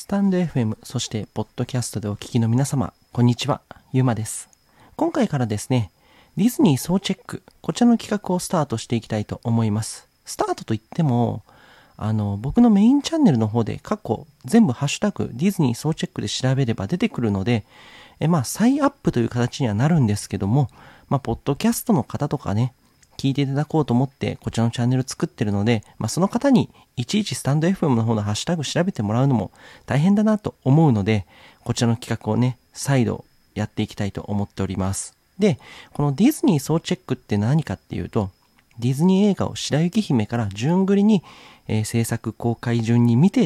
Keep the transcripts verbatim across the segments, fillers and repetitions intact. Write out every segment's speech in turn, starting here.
スタンド エフエム、そしてポッドキャストでお聞きの皆様、こんにちは、ゆうまです。今回からですね、ディズニー総チェック、こちらの企画をスタートしていきたいと思います。スタートといっても、あの、僕のメインチャンネルの方で過去全部ハッシュタグディズニー総チェックで調べれば出てくるので、えまあ再アップという形にはなるんですけども、まあポッドキャストの方とかね、聞いていただこうと思ってこちらのチャンネル作ってるので、まあその方にいちいちスタンド エフエム の方のハッシュタグ調べてもらうのも大変だなと思うので、こちらの企画をね、再度やっていきたいと思っております。で、このディズニー総チェックって何かっていうと、ディズニー映画を白雪姫から順繰りに、えー、制作公開順に見ていって、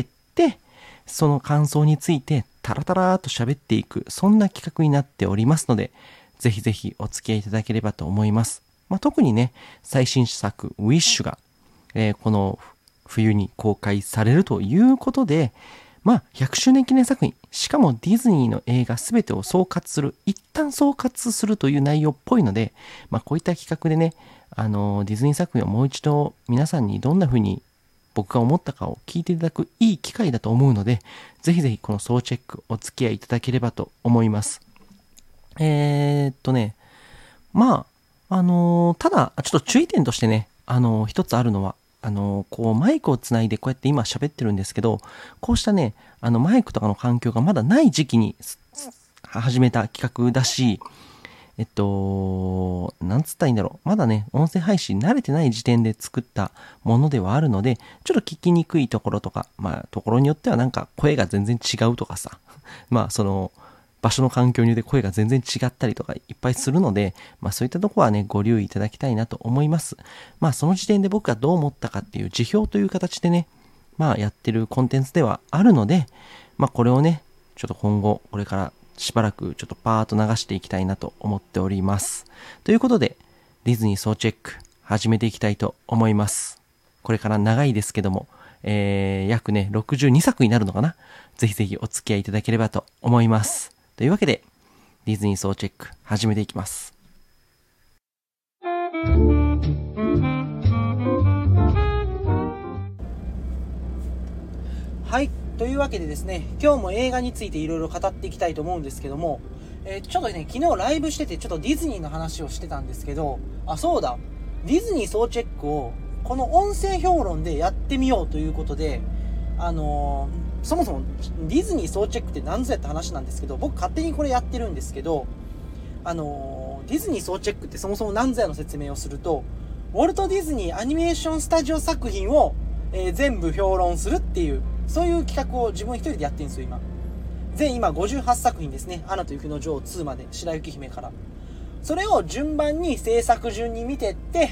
その感想についてタラタラーっと喋っていく、そんな企画になっておりますので、ぜひぜひお付き合いいただければと思います。まあ、特にね、最新作ウィッシュが、えー、この冬に公開されるということで、まあひゃくしゅうねん記念作品、しかもディズニーの映画すべてを総括する、一旦総括するという内容っぽいので、まあこういった企画でね、あのディズニー作品をもう一度皆さんにどんな風に僕が思ったかを聞いていただくいい機会だと思うので、ぜひぜひこの総チェックお付き合いいただければと思います。えー、っとね、まあ、あのー、ただ、ちょっと注意点としてね、あのー、一つあるのは、あのー、こう、マイクをつないでこうやって今喋ってるんですけど、こうしたね、あの、マイクとかの環境がまだない時期に始めた企画だし、えっと、なんつったらいいんだろう。まだね、音声配信慣れてない時点で作ったものではあるので、ちょっと聞きにくいところとか、まあ、ところによってはなんか声が全然違うとかさ、まあ、その、場所の環境によって声が全然違ったりとかいっぱいするので、まあそういったところはね、ご留意いただきたいなと思います。まあその時点で僕がどう思ったかっていう辞表という形でね、まあやってるコンテンツではあるので、まあこれをね、ちょっと今後、これからしばらくちょっとパーッと流していきたいなと思っております。ということで、ディズニー総チェック始めていきたいと思います。これから長いですけども、えー、約ね、ろくじゅうにさくになるのかな。ぜひぜひお付き合いいただければと思います。というわけで、ディズニー総チェック始めていきます。はい、というわけでですね、今日も映画についていろいろ語っていきたいと思うんですけども、えー、ちょっとね、昨日ライブしててちょっとディズニーの話をしてたんですけど、あ、そうだ、ディズニー総チェックをこの音声評論でやってみようということで、あのー、そもそもディズニー総チェックって何ぞやって話なんですけど、僕勝手にこれやってるんですけど、あのー、ディズニー総チェックってそもそも何ぞやの説明をすると、ウォルト・ディズニーアニメーションスタジオ作品を、えー、全部評論するっていう、そういう企画を自分一人でやってるんですよ、今。全今ごじゅうはちさく品ですね。アナと雪の女王ツーまで、白雪姫から。それを順番に制作順に見てって、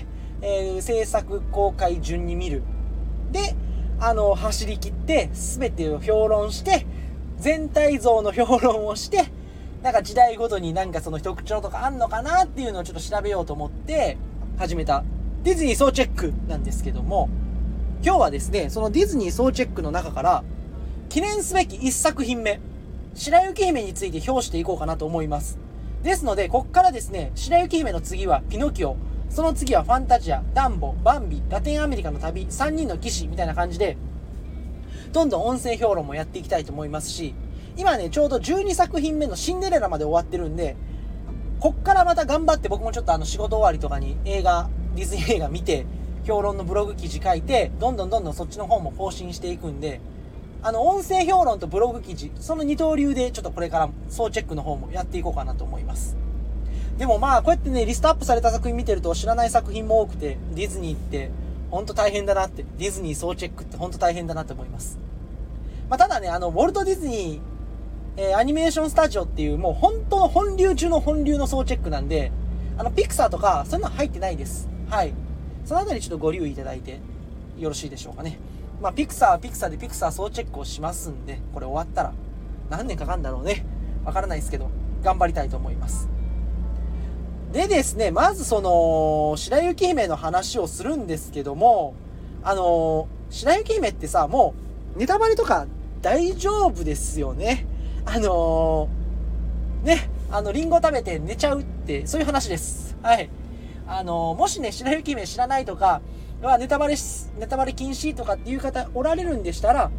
えー、制作公開順に見る。で、あの、走り切って、すべてを評論して、全体像の評論をして、なんか時代ごとになんかその特徴とかあんのかなっていうのをちょっと調べようと思って始めたディズニー総チェックなんですけども、今日はですね、そのディズニー総チェックの中から、記念すべきいっさく品目、白雪姫について表していこうかなと思います。ですので、こっからですね、白雪姫の次はピノキオ、その次はファンタジア、ダンボ、バンビ、ラテンアメリカの旅、さんにんの騎士みたいな感じで、どんどん音声評論もやっていきたいと思いますし、今ね、ちょうどじゅうにさく品目のシンデレラまで終わってるんで、こっからまた頑張って僕もちょっとあの仕事終わりとかに映画、ディズニー映画見て、評論のブログ記事書いて、どんどんどんどんそっちの方も更新していくんで、あの、音声評論とブログ記事、その二刀流でちょっとこれから総チェックの方もやっていこうかなと思います。でもまあこうやってね、リストアップされた作品見てると知らない作品も多くて、ディズニーってほんと大変だなって、ディズニー総チェックってほんと大変だなと思います。まあただね、あのウォルト・ディズニー、えー、アニメーションスタジオっていうもう本当の本流中の本流の総チェックなんで、あのピクサーとかそういうのは入ってないです。はい。そのあたりちょっとご留意いただいてよろしいでしょうかね。まあピクサーはピクサーでピクサー総チェックをしますんで、これ終わったら何年かかるんだろうね。わからないですけど、頑張りたいと思います。でですね、まずその白雪姫の話をするんですけども、あの白雪姫ってさ、もうネタバレとか大丈夫ですよね。あのー、ね、あのリンゴ食べて寝ちゃうってそういう話です。はい。あのー、もしね白雪姫知らないとか、ネタバレネタバレ禁止とかっていう方おられるんでしたら、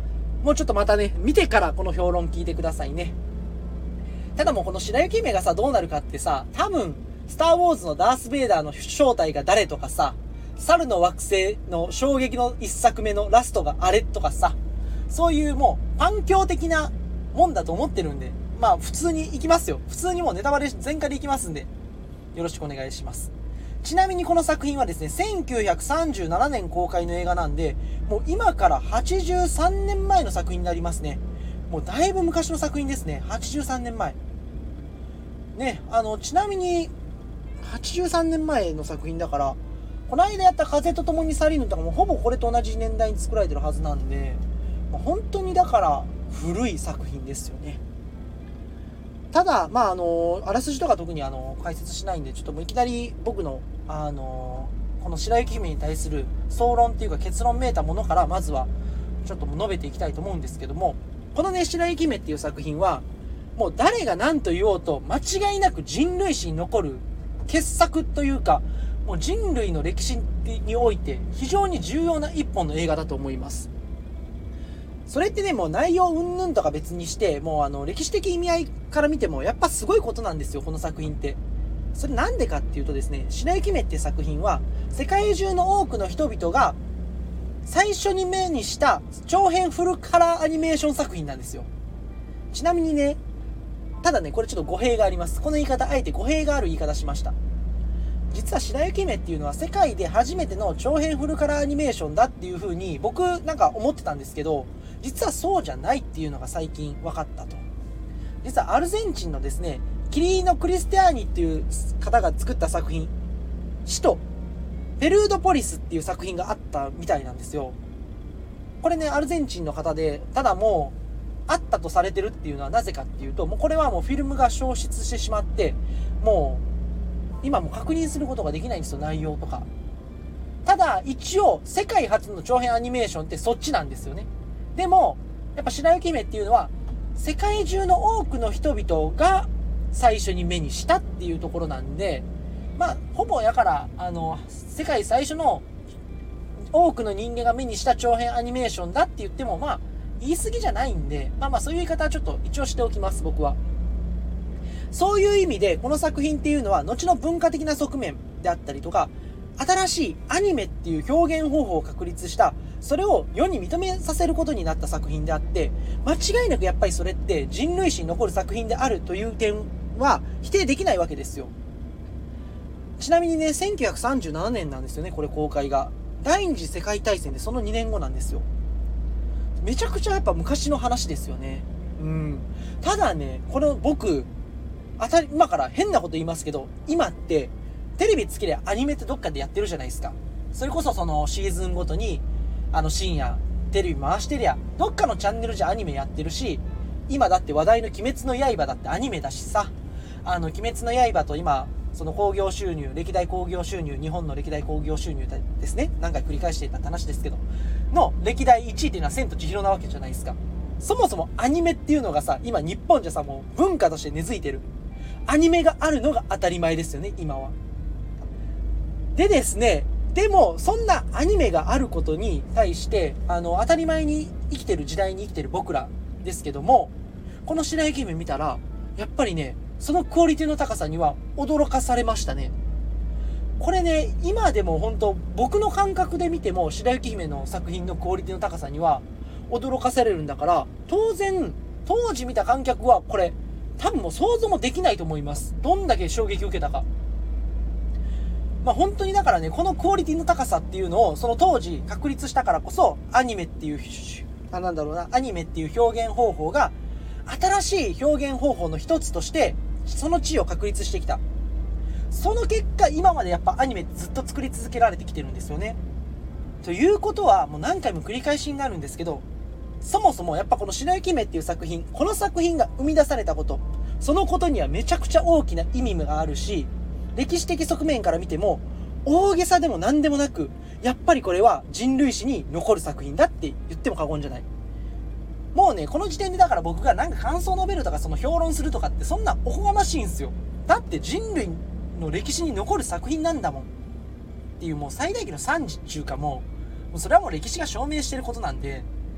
もうちょっとまたね、見てからこの評論聞いてくださいね。ただもうこの白雪姫がさ、どうなるかってさ、多分、スター・ウォーズのダース・ベイダーの正体が誰とかさ、猿の惑星の衝撃の一作目のラストがあれとかさ、そういうもう、環境的なもんだと思ってるんで、まあ普通に行きますよ。普通にもうネタバレ全開で行きますんで、よろしくお願いします。ちなみにこの作品はですね、せんきゅうひゃくさんじゅうななねん公開の映画なんで、もう今からはちじゅうさんねんまえの作品になりますね。もうだいぶ昔の作品ですね。はちじゅうさんねんまえ。ね、あの、ちなみに、はちじゅうさんねんまえの作品だから、この間やった風と共に去りぬとかもほぼこれと同じ年代に作られてるはずなんで、本当にだから古い作品ですよね。ただ、まあ、あの、あらすじとか特にあの、解説しないんで、ちょっともういきなり僕の、あの、この白雪姫に対する総論っていうか結論めいたものから、まずは、ちょっと述べていきたいと思うんですけども、このね、白雪姫っていう作品は、もう誰が何と言おうと、間違いなく人類史に残る傑作というか、もう人類の歴史において非常に重要な一本の映画だと思います。それってね、もう内容云々とか別にして、もうあの歴史的意味合いから見てもやっぱすごいことなんですよ、この作品って。それなんでかっていうとですね、白雪姫って作品は世界中の多くの人々が最初に目にした長編フルカラーアニメーション作品なんですよ。ちなみにね、ただね、これちょっと語弊があります。この言い方、あえて語弊がある言い方しました。実は白雪姫っていうのは世界で初めての長編フルカラーアニメーションだっていう風に僕なんか思ってたんですけど、実はそうじゃないっていうのが最近分かったと。実はアルゼンチンのですね、キリーノ・クリスティアーニっていう方が作った作品、首都ペルードポリスっていう作品があったみたいなんですよ。これね、アルゼンチンの方で、ただもうあったとされてるっていうのはなぜかっていうと、もうこれはもうフィルムが消失してしまって、もう今も確認することができないんですよ、内容とか。ただ一応世界初の長編アニメーションってそっちなんですよね。でもやっぱ白雪姫っていうのは世界中の多くの人々が最初に目にしたっていうところなんで、まあほぼやからあの世界最初の多くの人間が目にした長編アニメーションだって言ってもまあ言い過ぎじゃないんで、まあまあそういう言い方はちょっと一応しておきます、僕は。そういう意味でこの作品っていうのは後の文化的な側面であったりとか、新しいアニメっていう表現方法を確立した、それを世に認めさせることになった作品であって、間違いなくやっぱりそれって人類史に残る作品であるという点は否定できないわけですよ。ちなみにね、せんきゅうひゃくさんじゅうななねんなんですよね、これ公開が。第二次世界大戦でそのにねんごなんですよ。めちゃくちゃやっぱ昔の話ですよね。うん。ただね、この僕、当たり、今から変なこと言いますけど、今って、テレビつけりゃアニメってどっかでやってるじゃないですか。それこそそのシーズンごとに、あの深夜、テレビ回してりゃ、どっかのチャンネルじゃアニメやってるし、今だって話題の鬼滅の刃だってアニメだしさ、あの、鬼滅の刃と今、その興行収入、歴代興行収入、日本の歴代興行収入ですね。何回繰り返していた話ですけど、の歴代いちいっていうのは千と千尋なわけじゃないですか。そもそもアニメっていうのがさ、今日本じゃさ、もう文化として根付いてる。アニメがあるのが当たり前ですよね、今は。でですね、でも、そんなアニメがあることに対して、あの、当たり前に生きてる時代に生きてる僕らですけども、この白雪姫見たら、やっぱりね、そのクオリティの高さには驚かされましたね。これね、今でも本当僕の感覚で見ても白雪姫の作品のクオリティの高さには驚かされるんだから、当然当時見た観客はこれ多分もう想像もできないと思います。どんだけ衝撃を受けたか。まあ本当にだからね、このクオリティの高さっていうのをその当時確立したからこそ、アニメっていうあなんだろうなアニメっていう表現方法が新しい表現方法の一つとしてその地位を確立してきた。その結果今までやっぱアニメずっと作り続けられてきてるんですよね。ということはもう何回も繰り返しになるんですけど、そもそもやっぱこの白雪姫っていう作品、この作品が生み出されたこと、そのことにはめちゃくちゃ大きな意味があるし、歴史的側面から見ても大げさでも何でもなく、やっぱりこれは人類史に残る作品だって言っても過言じゃない。もうね、この時点でだから僕がなんか感想を述べるとかその評論するとかってそんなおこがましいんすよ。だって人類の歴史に残る作品なんだもんっていう、もう最大級の賛辞っていうか、もう、もうそれはもう歴史が証明してることなんで、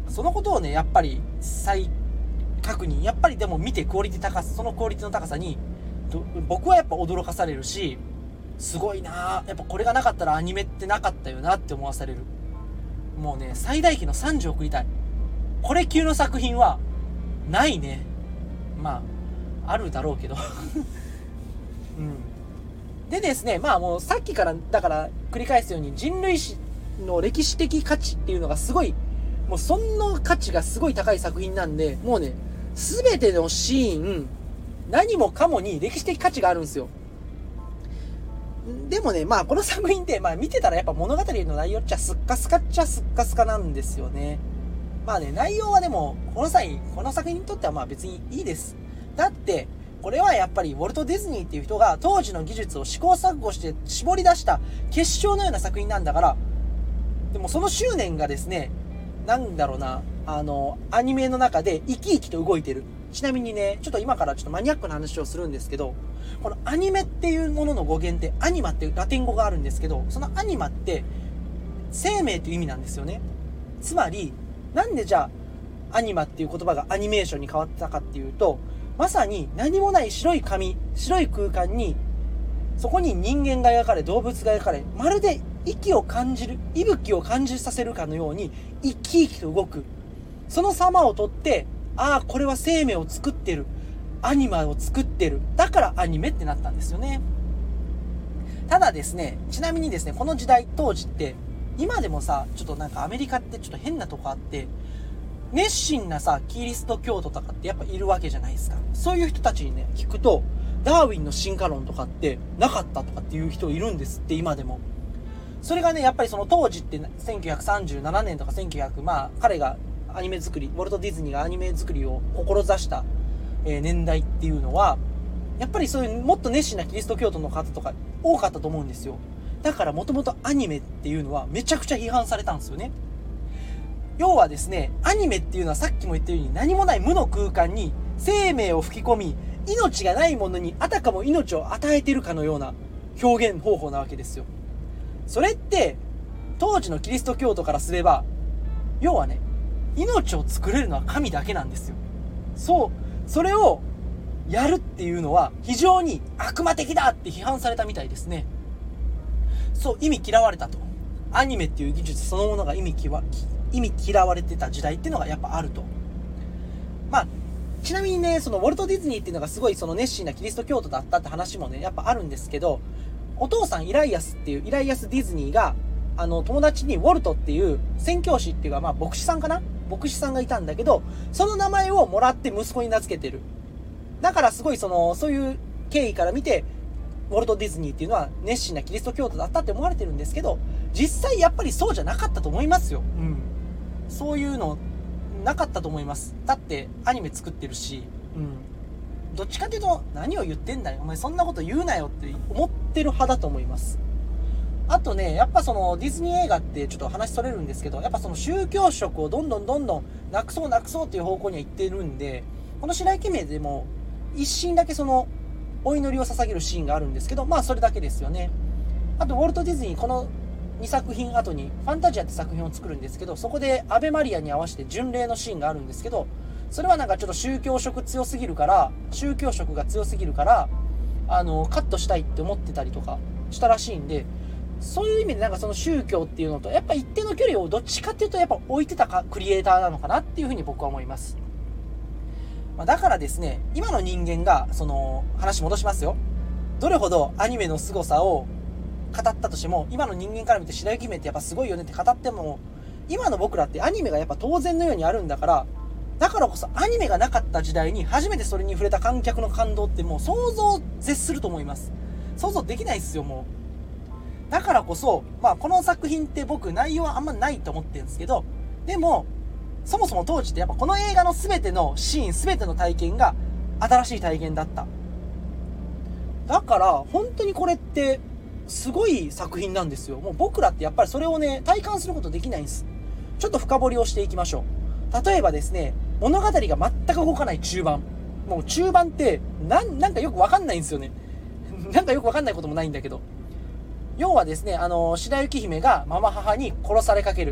そのことをねやっぱり再確認、やっぱりでも見てクオリティ高さ、そのクオリティの高さに僕はやっぱ驚かされるし、すごいな、やっぱこれがなかったらアニメってなかったよなって思わされる。もうね最大級の賛辞を送りたい。これ級の作品はないね。まああるだろうけどうんでですね、まあもうさっきからだから繰り返すように、人類史の歴史的価値っていうのがすごい、もうその価値がすごい高い作品なんで、もうね全てのシーン何もかもに歴史的価値があるんですよ。でもね、まあこの作品ってまあ見てたらやっぱ物語の内容っちゃスッカスカっちゃスッカスカなんですよね。まあね、内容はでもこの際この作品にとってはまあ別にいいです。だってこれはやっぱりウォルト・ディズニーっていう人が当時の技術を試行錯誤して絞り出した結晶のような作品なんだから。でもその執念がですね、なんだろうな、あのアニメの中で生き生きと動いてる。ちなみにね、ちょっと今からちょっとマニアックな話をするんですけど、このアニメっていうものの語源ってアニマっていうラテン語があるんですけど、そのアニマって生命という意味なんですよね。つまりなんでじゃあアニマっていう言葉がアニメーションに変わったかっていうと、まさに何もない白い紙、白い空間にそこに人間が描かれ、動物が描かれ、まるで息を感じる、息吹を感じさせるかのように生き生きと動く。その様をとって、ああこれは生命を作ってる、アニマを作ってる、だからアニメってなったんですよね。ただですね、ちなみにですね、この時代当時って今でもさ、ちょっとなんかアメリカってちょっと変なとこあって、熱心なさキリスト教徒とかってやっぱいるわけじゃないですか。そういう人たちにね聞くと、ダーウィンの進化論とかってなかったとかっていう人いるんですって、今でも。それがねやっぱりその当時ってせんきゅうひゃくさんじゅうななねんとかせんきゅうひゃく、まあ彼がアニメ作り、ウォルト・ディズニーがアニメ作りを志した、えー、年代っていうのはやっぱりそういうもっと熱心なキリスト教徒の方とか多かったと思うんですよ。だからもともとアニメっていうのはめちゃくちゃ批判されたんですよね。要はですね、アニメっていうのはさっきも言ったように何もない無の空間に生命を吹き込み、命がないものにあたかも命を与えているかのような表現方法なわけですよ。それって当時のキリスト教徒からすれば、要はね、命を作れるのは神だけなんですよ。そう、それをやるっていうのは非常に悪魔的だって批判されたみたいですね。そう、意味嫌われたと。アニメっていう技術そのものが意味嫌わ意味嫌われてた時代っていうのがやっぱあると。まあちなみにね、そのウォルト・ディズニーっていうのがすごいその熱心なキリスト教徒だったって話もねやっぱあるんですけど、お父さんイライアスっていうイライアス・ディズニーがあの友達にウォルトっていう宣教師っていうか、まあ牧師さんかな、牧師さんがいたんだけど、その名前をもらって息子に名付けてる。だからすごいそのそういう経緯から見てウォルト・ディズニーっていうのは熱心なキリスト教徒だったって思われてるんですけど、実際やっぱりそうじゃなかったと思いますよ。うん、そういうのなかったと思います。だってアニメ作ってるし、うん、どっちかというと何を言ってんだよお前そんなこと言うなよって思ってる派だと思います。あとね、やっぱそのディズニー映画ってちょっと話それるんですけど、やっぱその宗教色をどんどんどんどんなくそうなくそうっていう方向には行ってるんで、この白雪姫でも一シーンだけそのお祈りを捧げるシーンがあるんですけど、まあそれだけですよね。あとウォルト・ディズニーこのにさく品後にファンタジアって作品を作るんですけど、そこでアベマリアに合わせて巡礼のシーンがあるんですけど、それはなんかちょっと宗教色強すぎるから宗教色が強すぎるからあのカットしたいって思ってたりとかしたらしいんで、そういう意味でなんかその宗教っていうのとやっぱ一定の距離をどっちかっていうとやっぱ置いてたかクリエイターなのかなっていうふうに僕は思います。まあ、だからですね、今の人間がその話戻しますよ。どれほどアニメの凄さを語ったとしても、今の人間から見て白雪姫ってやっぱすごいよねって語っても、今の僕らってアニメがやっぱ当然のようにあるんだから、だからこそアニメがなかった時代に初めてそれに触れた観客の感動ってもう想像を絶すると思います。想像できないっすよ。もうだからこそ、まあこの作品って僕内容はあんまないと思ってるんですけど、でもそもそも当時ってやっぱこの映画の全てのシーン、全ての体験が新しい体験だった。だから本当にこれってすごい作品なんですよ。もう僕らってやっぱりそれをね体感することできないんです。ちょっと深掘りをしていきましょう。例えばですね、物語が全く動かない中盤。もう中盤ってな ん, なんかよくわかんないんですよね。なんかよくわかんないこともないんだけど、要はですね、あの白雪姫がママ母に殺されかける。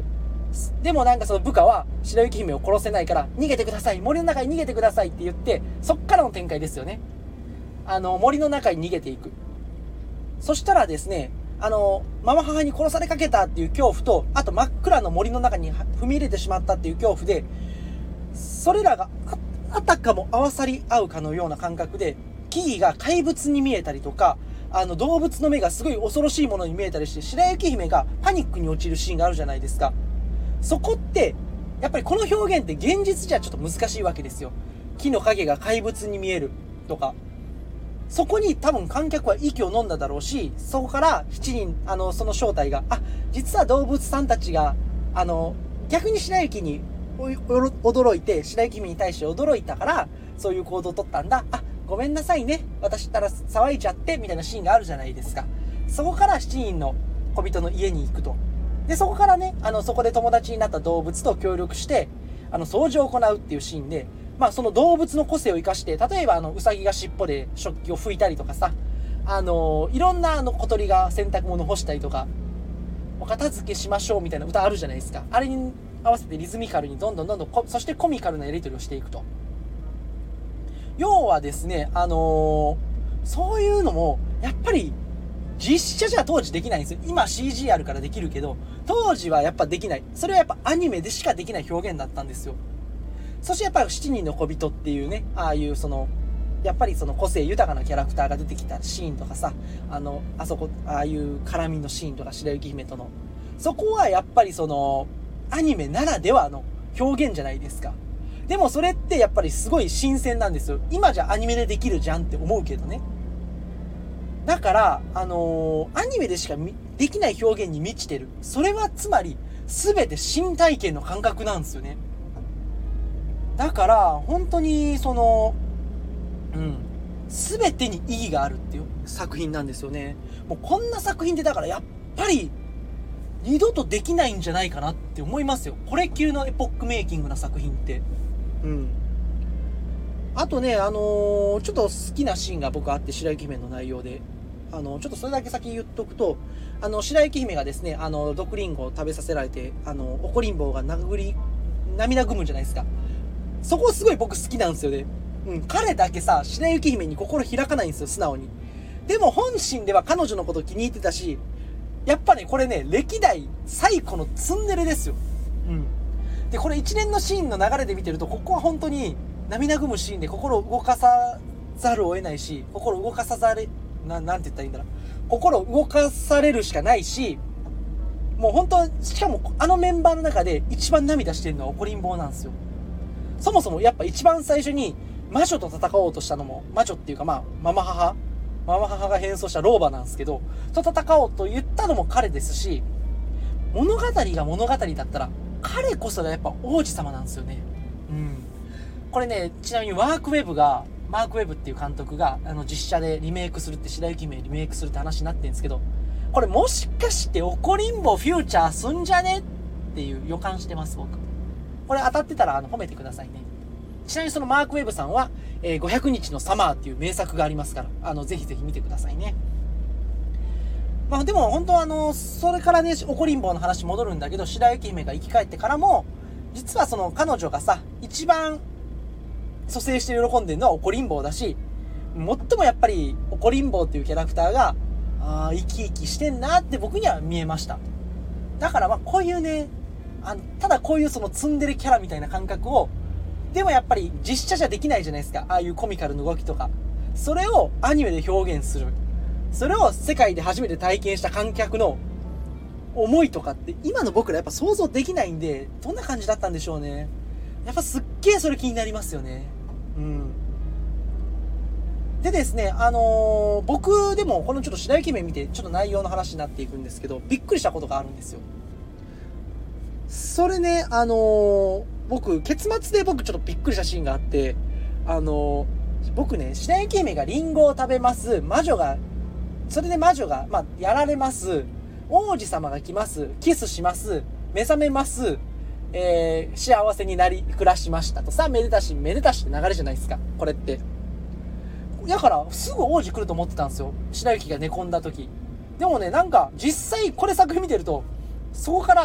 でもなんかその部下は白雪姫を殺せないから逃げてください、森の中に逃げてくださいって言って、そっからの展開ですよね。あの森の中に逃げていく。そしたらですね、あのママ母に殺されかけたっていう恐怖と、あと真っ暗の森の中に踏み入れてしまったっていう恐怖で、それらが あ, あたかも合わさり合うかのような感覚で、木々が怪物に見えたりとか、あの動物の目がすごい恐ろしいものに見えたりして、白雪姫がパニックに陥るシーンがあるじゃないですか。そこってやっぱりこの表現って現実じゃちょっと難しいわけですよ。木の影が怪物に見えるとか、そこに多分観客は息を飲んだだろうし、そこからしちにん、あのその正体が、あ、実は動物さんたちがあの逆に白雪に驚いて、白雪姫に対して驚いたからそういう行動を取ったんだ、あ、ごめんなさいね、私ったら騒いじゃってみたいなシーンがあるじゃないですか。そこからしちにんの小人の家に行くと。でそこからね、あのそこで友達になった動物と協力してあの掃除を行うっていうシーンで、まあその動物の個性を生かして、例えばあのウサギが尻尾で食器を拭いたりとかさ、あのいろんなあの小鳥が洗濯物を干したりとか、お片付けしましょうみたいな歌あるじゃないですか。あれに合わせてリズミカルにどんどんどんどん、そしてコミカルなやり取りをしていくと。要はですね、あのー、そういうのもやっぱり実写じゃ当時できないんですよ。今 シージー あるからできるけど、当時はやっぱできない。それはやっぱアニメでしかできない表現だったんですよ。そしてやっぱりしちにんの小人っていうね、ああいうそのやっぱりその個性豊かなキャラクターが出てきたシーンとかさ、あのあそこああいう絡みのシーンとか、白雪姫との、そこはやっぱりそのアニメならではの表現じゃないですか。でもそれってやっぱりすごい新鮮なんですよ。今じゃアニメでできるじゃんって思うけどね。だからあのー、アニメでしかできない表現に満ちてる。それはつまり全て新体験の感覚なんですよね。だから本当にそのうん全てに意義があるっていう作品なんですよね。もうこんな作品でだからやっぱり二度とできないんじゃないかなって思いますよ。これ級のエポックメイキングな作品って。うん。あとね、あのー、ちょっと好きなシーンが僕あって、白雪姫の内容で。あの、ちょっとそれだけ先言っとくと、あの、白雪姫がですね、あの、毒リンゴを食べさせられて、あの、怒りん坊が殴り、涙ぐむじゃないですか。そこすごい僕好きなんですよね。うん。彼だけさ、白雪姫に心開かないんですよ、素直に。でも本心では彼女のこと気に入ってたし、やっぱね、これね、歴代最古のツンデレですよ。うん。で、これ一連のシーンの流れで見てると、ここは本当に涙ぐむシーンで心を動かさざるを得ないし、心を動かさざれ、な、なんて言ったらいいんだろう。心を動かされるしかないし、もう本当、しかもあのメンバーの中で一番涙してるのは怒りん坊なんですよ。そもそもやっぱ一番最初に魔女と戦おうとしたのも、魔女っていうかまあ、ママ母ママ母が変装した老婆なんですけど、と戦おうと言ったのも彼ですし、物語が物語だったら、彼こそがやっぱ王子様なんですよね。うん。これね、ちなみにワークウェブが、マークウェブっていう監督が、あの、実写でリメイクするって、白雪姫リメイクするって話になってるんですけど、これもしかして怒りんぼフューチャーすんじゃねっていう予感してます、僕。これ当たってたら、あの、褒めてくださいね。ちなみにそのマークウェブさんは、えー、ごひゃくにちのサマーっていう名作がありますから、あの、ぜひぜひ見てくださいね。まあでも本当はあの、それからね、怒りん坊の話戻るんだけど、白雪姫が生き返ってからも、実はその彼女がさ、一番蘇生して喜んでるのは怒りん坊だし、最もやっぱり怒りん坊っていうキャラクターが、ああ、生き生きしてんなって僕には見えました。だからまあこういうね、あのただこういうそのツンデレキャラみたいな感覚を、でもやっぱり実写じゃできないじゃないですか。ああいうコミカルな動きとか。それをアニメで表現する。それを世界で初めて体験した観客の思いとかって今の僕らやっぱ想像できないんで、どんな感じだったんでしょうね。やっぱすっげえそれ気になりますよね。うん。でですね、あのー、僕でもこのちょっと白雪姫見てちょっと内容の話になっていくんですけど、びっくりしたことがあるんですよ。それね、あのー、僕結末で僕ちょっとびっくりしたシーンがあって、あのー、僕ね、白雪姫がリンゴを食べます。魔女がそれで魔女が、まあ、やられます。王子様が来ます。キスします。目覚めます。えー、幸せになり、暮らしましたと。さあ、めでたし、めでたしって流れじゃないですか。これって。だから、すぐ王子来ると思ってたんですよ。白雪が寝込んだ時。でもね、なんか、実際、これ作品見てると、そこから、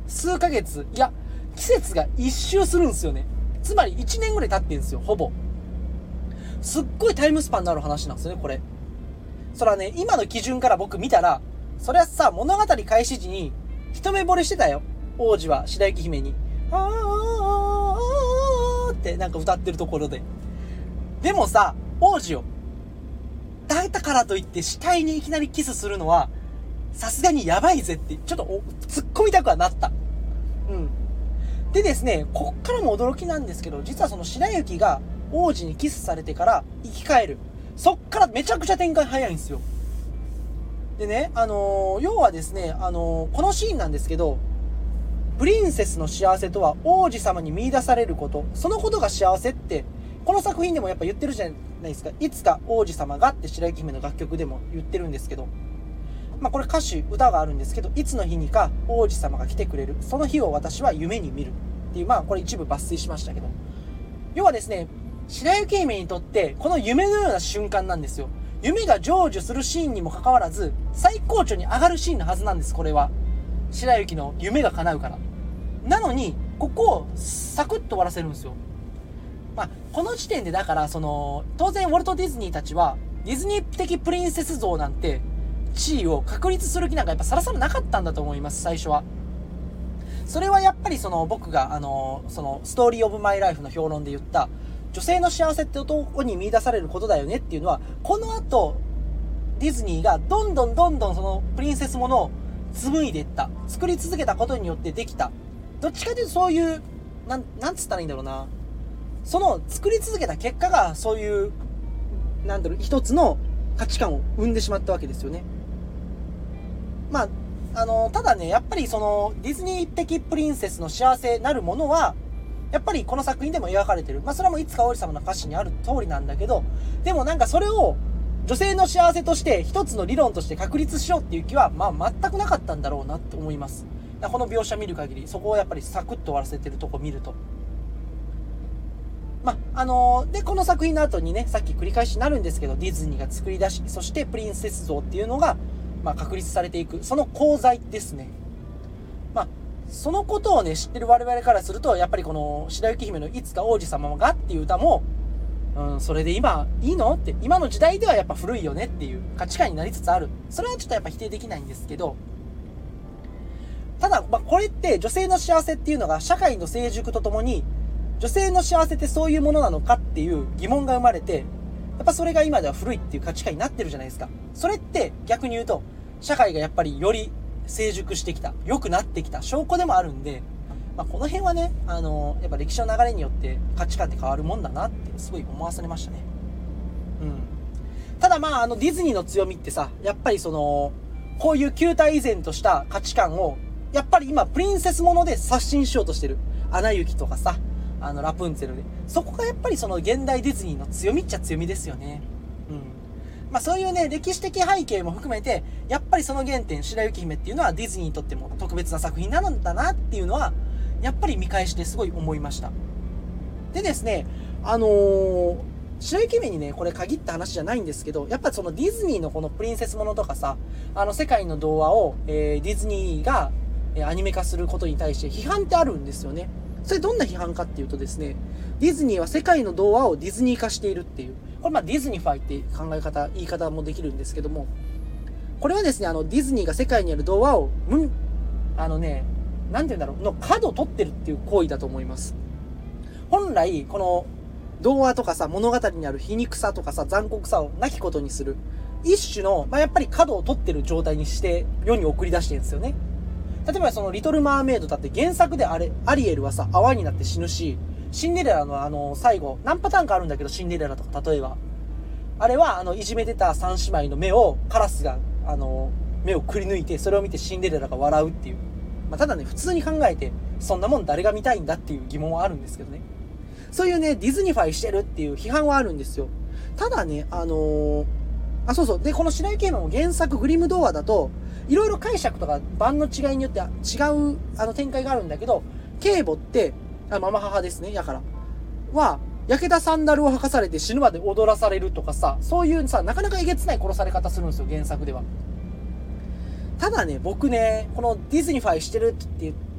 数ヶ月、いや、季節が一周するんですよね。つまりいちねんぐらい経ってんですよ、ほぼ。すっごいタイムスパンのある話なんですよね、これ。それはね、今の基準から僕見たら、そりゃさ、物語開始時に一目惚れしてたよ。王子は白雪姫に。あーあーあーってなんか歌ってるところで。でもさ、王子よ。だいたからといって死体にいきなりキスするのは、さすがにやばいぜって、ちょっと突っ込みたくはなった。うん。でですね、こっからも驚きなんですけど、実はその白雪が王子にキスされてから生き返る。そっからめちゃくちゃ展開早いんですよ。でね、あのー、要はですね、あのー、このシーンなんですけど、プリンセスの幸せとは王子様に見出されること、そのことが幸せって、この作品でもやっぱ言ってるじゃないですか。いつか王子様がって白雪姫の楽曲でも言ってるんですけど、まあこれ歌詞、歌があるんですけど、いつの日にか王子様が来てくれる。その日を私は夢に見る。っていう、まあこれ一部抜粋しましたけど。要はですね、白雪姫にとってこの夢のような瞬間なんですよ。夢が成就するシーンにもかかわらず、最高潮に上がるシーンのはずなんです、これは。白雪の夢が叶うから。なのに、ここをサクッと終わらせるんですよ。まあ、この時点でだから、その、当然ウォルト・ディズニーたちは、ディズニー的プリンセス像なんて、地位を確立する気なんかやっぱさらさらなかったんだと思います、最初は。それはやっぱりその、僕が、あの、その、ストーリー・オブ・マイ・ライフの評論で言った、女性の幸せって男に見出されることだよねっていうのは、この後、ディズニーがどんどんどんどんそのプリンセスものを紡いでいった。作り続けたことによってできた。どっちかというとそういう、なん、なんつったらいいんだろうな。その作り続けた結果がそういう、なんだろう、一つの価値観を生んでしまったわけですよね。まあ、あの、ただね、やっぱりそのディズニー的プリンセスの幸せなるものは、やっぱりこの作品でも描かれてる。まあそれはもういつか王子様の歌詞にある通りなんだけど、でもなんかそれを女性の幸せとして一つの理論として確立しようっていう気は、まあ全くなかったんだろうなって思います。この描写見る限り、そこをやっぱりサクッと終わらせてるとこ見ると。まあ、あのー、で、この作品の後にね、さっき繰り返しになるんですけど、ディズニーが作り出し、そしてプリンセス像っていうのが、まあ確立されていく、その功罪ですね。まあ、そのことをね、知ってる我々からすると、やっぱりこの白雪姫のいつか王子様がっていう歌も、うん、それで今いいのって、今の時代ではやっぱ古いよねっていう価値観になりつつある。それはちょっとやっぱ否定できないんですけど、ただ、まあ、これって女性の幸せっていうのが社会の成熟とともに、女性の幸せってそういうものなのかっていう疑問が生まれて、やっぱそれが今では古いっていう価値観になってるじゃないですか。それって逆に言うと、社会がやっぱりより成熟してきた、良くなってきた証拠でもあるんで、まあ、この辺はね、あのー、やっぱ歴史の流れによって価値観って変わるもんだなってすごい思わされましたね。うん。ただまあ、あのディズニーの強みってさ、やっぱりその、こういう旧態依然とした価値観を、やっぱり今プリンセスもので刷新しようとしてる。アナ雪とかさ、あのラプンツェルで。そこがやっぱりその現代ディズニーの強みっちゃ強みですよね。うん。まあそういうね、歴史的背景も含めて、やっぱりその原点、白雪姫っていうのはディズニーにとっても特別な作品なんだなっていうのは、やっぱり見返してすごい思いました。でですね、あのー、白雪姫にね、これ限った話じゃないんですけど、やっぱそのディズニーのこのプリンセスものとかさ、あの世界の童話を、えー、ディズニーが、えー、アニメ化することに対して批判ってあるんですよね。それどんな批判かっていうとですね、ディズニーは世界の童話をディズニー化しているっていう。これまあディズニファイって考え方、言い方もできるんですけども、これはですね、あのディズニーが世界にある童話を、むん、あのね、なんて言うんだろう、の角を取ってるっていう行為だと思います。本来、この童話とかさ、物語にある皮肉さとかさ、残酷さをなきことにする。一種の、まあ、やっぱり角を取ってる状態にして世に送り出してるんですよね。例えばそのリトルマーメイドだって原作であれ、アリエルはさ、泡になって死ぬし、シンデレラのあの、最後、何パターンかあるんだけど、シンデレラとか例えば。あれは、あの、いじめてた三姉妹の目を、カラスが、あの、目をくり抜いて、それを見てシンデレラが笑うっていう。まあ、ただね、普通に考えて、そんなもん誰が見たいんだっていう疑問はあるんですけどね。そういうね、ディズニファイしてるっていう批判はあるんですよ。ただね、あのー、あ、そうそう。で、この白雪姫も原作グリム童話だと、いろいろ解釈とか版の違いによっては違う、あの展開があるんだけど、ケイボって、あ、ママ母ですね、やから。は、焼けたサンダルを履かされて死ぬまで踊らされるとかさ、そういうさ、なかなかえげつない殺され方するんですよ、原作では。ただね、僕ね、このディズニファイしてるって言っ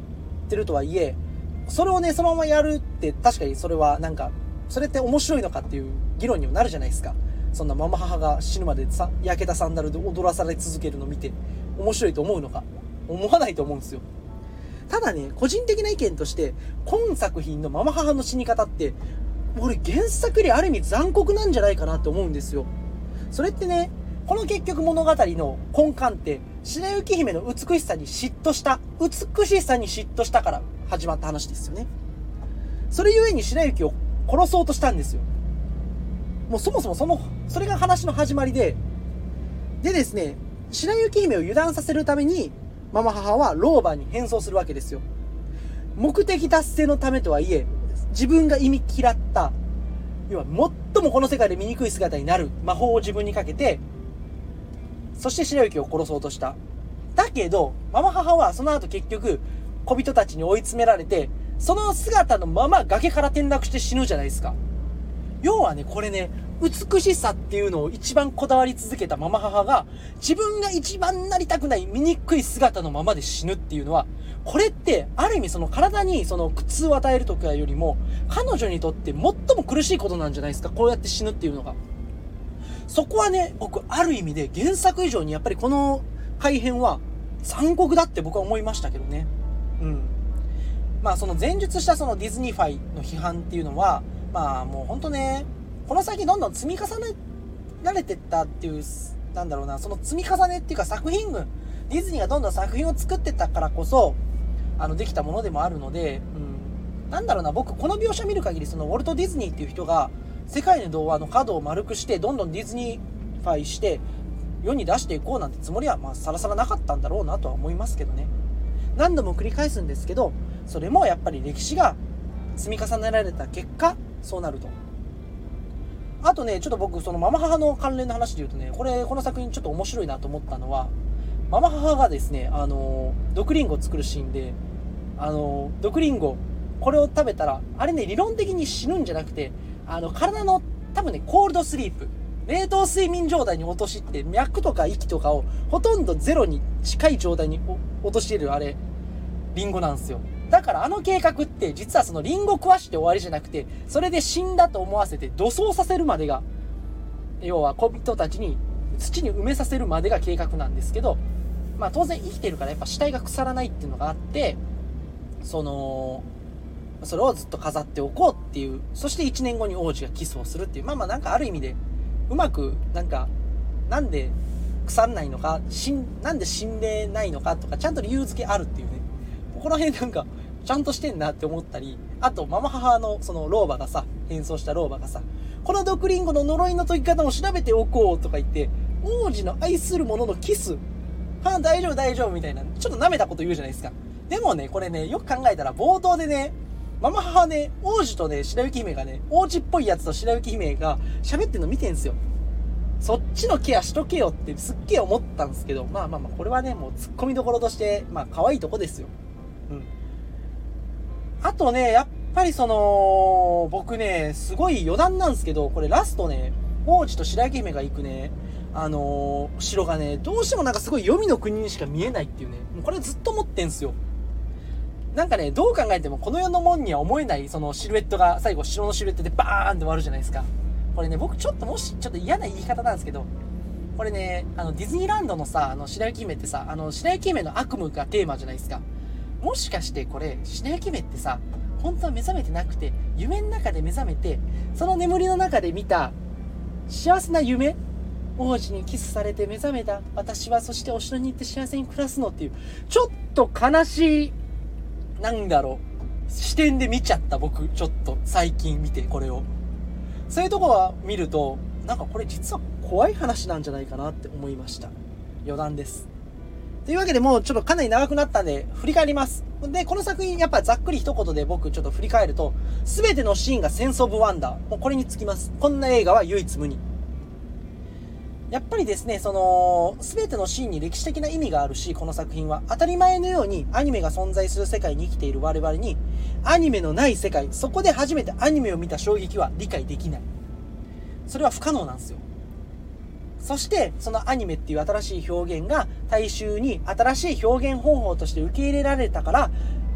ってるとはいえ、それをねそのままやるって確かにそれはなんかそれって面白いのかっていう議論にもなるじゃないですか。そんなママ母が死ぬまでさ焼けたサンダルで踊らされ続けるのを見て面白いと思うのか、思わないと思うんですよ。ただね、個人的な意見として今作品のママ母の死に方って俺原作よりある意味残酷なんじゃないかなって思うんですよ。それってね、この結局物語の根幹って白雪姫の美しさに嫉妬した美しさに嫉妬したから始まった話ですよね。それゆえに白雪を殺そうとしたんですよ。もうそもそもそのそれが話の始まりででですね、白雪姫を油断させるためにママ母は老婆に変装するわけですよ。目的達成のためとはいえ自分が忌み嫌った要は最もこの世界で醜い姿になる魔法を自分にかけて、そして白雪を殺そうとした。だけどママ母はその後結局小人たちに追い詰められてその姿のまま崖から転落して死ぬじゃないですか。要はね、これね、美しさっていうのを一番こだわり続けたママ母が自分が一番なりたくない醜い姿のままで死ぬっていうのは、これってある意味その体にその苦痛を与えるとかよりも彼女にとって最も苦しいことなんじゃないですか、こうやって死ぬっていうのが。そこはね、僕ある意味で原作以上にやっぱりこの改編は残酷だって僕は思いましたけどね。うん。まあその前述したそのディズニーファイの批判っていうのはまあもうほんとね、この先どんどん積み重ねられてったっていう、なんだろうな、その積み重ねっていうか作品群、ディズニーがどんどん作品を作ってったからこそ、あの、できたものでもあるので、うん、なんだろうな、僕この描写見る限り、そのウォルト・ディズニーっていう人が、世界の童話の角を丸くして、どんどんディズニーファイして、世に出していこうなんてつもりは、まあ、さらさらなかったんだろうなとは思いますけどね。何度も繰り返すんですけど、それもやっぱり歴史が積み重ねられた結果、そうなると。あとね、ちょっと僕そのママ母の関連の話で言うとね、これこの作品ちょっと面白いなと思ったのは、ママ母がですね、あの毒リンゴを作るシーンで、あの毒リンゴこれを食べたらあれね、理論的に死ぬんじゃなくて、あの体の多分ねコールドスリープ、冷凍睡眠状態に落としって脈とか息とかをほとんどゼロに近い状態に落としているあれリンゴなんですよ。だからあの計画って実はそのリンゴ食わして終わりじゃなくて、それで死んだと思わせて土葬させるまでが、要は小人たちに土に埋めさせるまでが計画なんですけど、まあ当然生きてるからやっぱ死体が腐らないっていうのがあって、そのそれをずっと飾っておこうっていう、そしていちねんごに王子がキスをするっていう、まあまあなんかある意味でうまくなんかなんで腐んないのか、死んなんで死んでないのかとかちゃんと理由付けあるっていうね、ここら辺なんかちゃんとしてんなって思ったり、あとママ母のその老婆がさ、変装した老婆がさ、この毒リンゴの呪いの解き方を調べておこうとか言って王子の愛する者のキス、はあ大丈夫大丈夫みたいなちょっと舐めたこと言うじゃないですか。でもね、これねよく考えたら冒頭でね、ママ母ね、王子とね白雪姫がね、王子っぽいやつと白雪姫が喋ってんの見てんすよ。そっちのケアしとけよってすっげえ思ったんですけど、まあまあまあこれはねもうツッコミどころとしてまあ可愛いとこですよ。うん。あとね、やっぱりその僕ねすごい余談なんですけど、これラストね、王子と白雪姫が行くね、あのー、城がね、どうしてもなんかすごい黄泉の国にしか見えないっていうね、もうこれずっと思ってんすよ。なんかね、どう考えてもこの世のもんには思えないそのシルエットが最後城のシルエットでバーンって終わるじゃないですか。これね、僕ちょっともしちょっと嫌な言い方なんですけど、これね、あのディズニーランドのさ、あの白雪姫ってさ、あの白雪姫の悪夢がテーマじゃないですか。もしかしてこれ白雪姫ってさ、本当は目覚めてなくて夢の中で目覚めて、その眠りの中で見た幸せな夢、王子にキスされて目覚めた私はそしてお城に行って幸せに暮らすのっていう、ちょっと悲しい、なんだろう、視点で見ちゃった僕、ちょっと最近見てこれを、そういうところを見るとなんかこれ実は怖い話なんじゃないかなって思いました。余談です。というわけでもうちょっとかなり長くなったんで振り返ります。でこの作品やっぱざっくり一言で僕ちょっと振り返ると、全てのシーンがセンスオブワンダー、もうこれにつきます。こんな映画は唯一無二。やっぱりですね、その全てのシーンに歴史的な意味があるし、この作品は当たり前のようにアニメが存在する世界に生きている我々にアニメのない世界、そこで初めてアニメを見た衝撃は理解できない。それは不可能なんですよ。そしてそのアニメっていう新しい表現が大衆に新しい表現方法として受け入れられたから、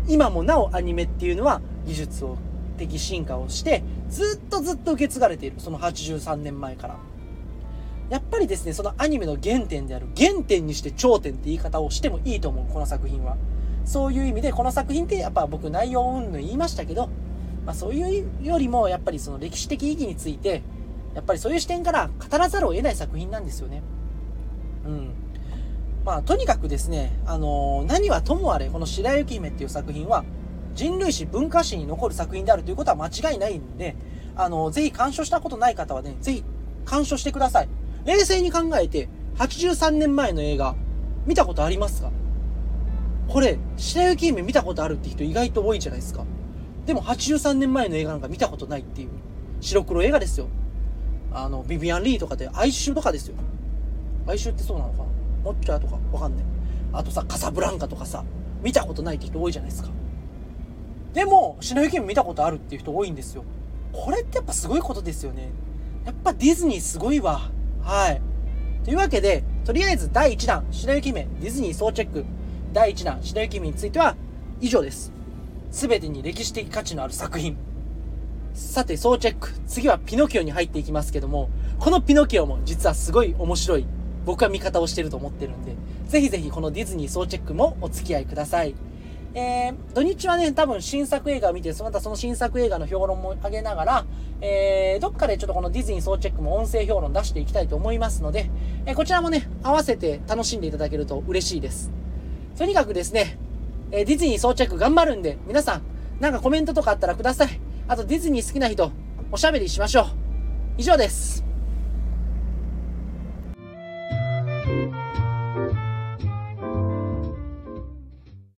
今もなおアニメっていうのは技術を的進化をしてずっとずっと受け継がれている。そのはちじゅうさんねんまえからやっぱりですね、そのアニメの原点である、原点にして頂点って言い方をしてもいいと思う、この作品は。そういう意味でこの作品ってやっぱ僕内容云々言いましたけど、まあ、そういうよりもやっぱりその歴史的意義についてやっぱりそういう視点から語らざるを得ない作品なんですよね。うんまあとにかくですね、あのー、何はともあれこの白雪姫っていう作品は人類史文化史に残る作品であるということは間違いないんで、あのー、ぜひ鑑賞したことない方はね、ぜひ鑑賞してください。冷静に考えてはちじゅうさんねんまえの映画見たことありますか？これ白雪姫見たことあるって人意外と多いじゃないですか。でもはちじゅうさんねんまえの映画なんか見たことないっていう白黒映画ですよ。あのビビアン・リーとかで哀愁とかですよ。哀愁ってそうなのかな、モッチャーとかわかんない。あとさカサブランカとかさ見たことないって人多いじゃないですか。でも白雪姫見たことあるっていう人多いんですよ。これってやっぱすごいことですよね。やっぱディズニーすごいわ。はいというわけで、とりあえずだいいちだん白雪姫ディズニー総チェックだいいちだん白雪姫については以上です。すべてに歴史的価値のある作品。さて総チェック、次はピノキオに入っていきますけども、このピノキオも実はすごい面白い、僕は見方をしてると思ってるんで、ぜひぜひこのディズニー総チェックもお付き合いください。えー、土日はね、多分新作映画を見て、そのまたその新作映画の評論も上げながら、えー、どっかでちょっとこのディズニー総チェックも音声評論出していきたいと思いますので、えー、こちらもね、合わせて楽しんでいただけると嬉しいです。とにかくですね、えー、ディズニー総チェック頑張るんで、皆さん、なんかコメントとかあったらください。あとディズニー好きな人、おしゃべりしましょう。以上です。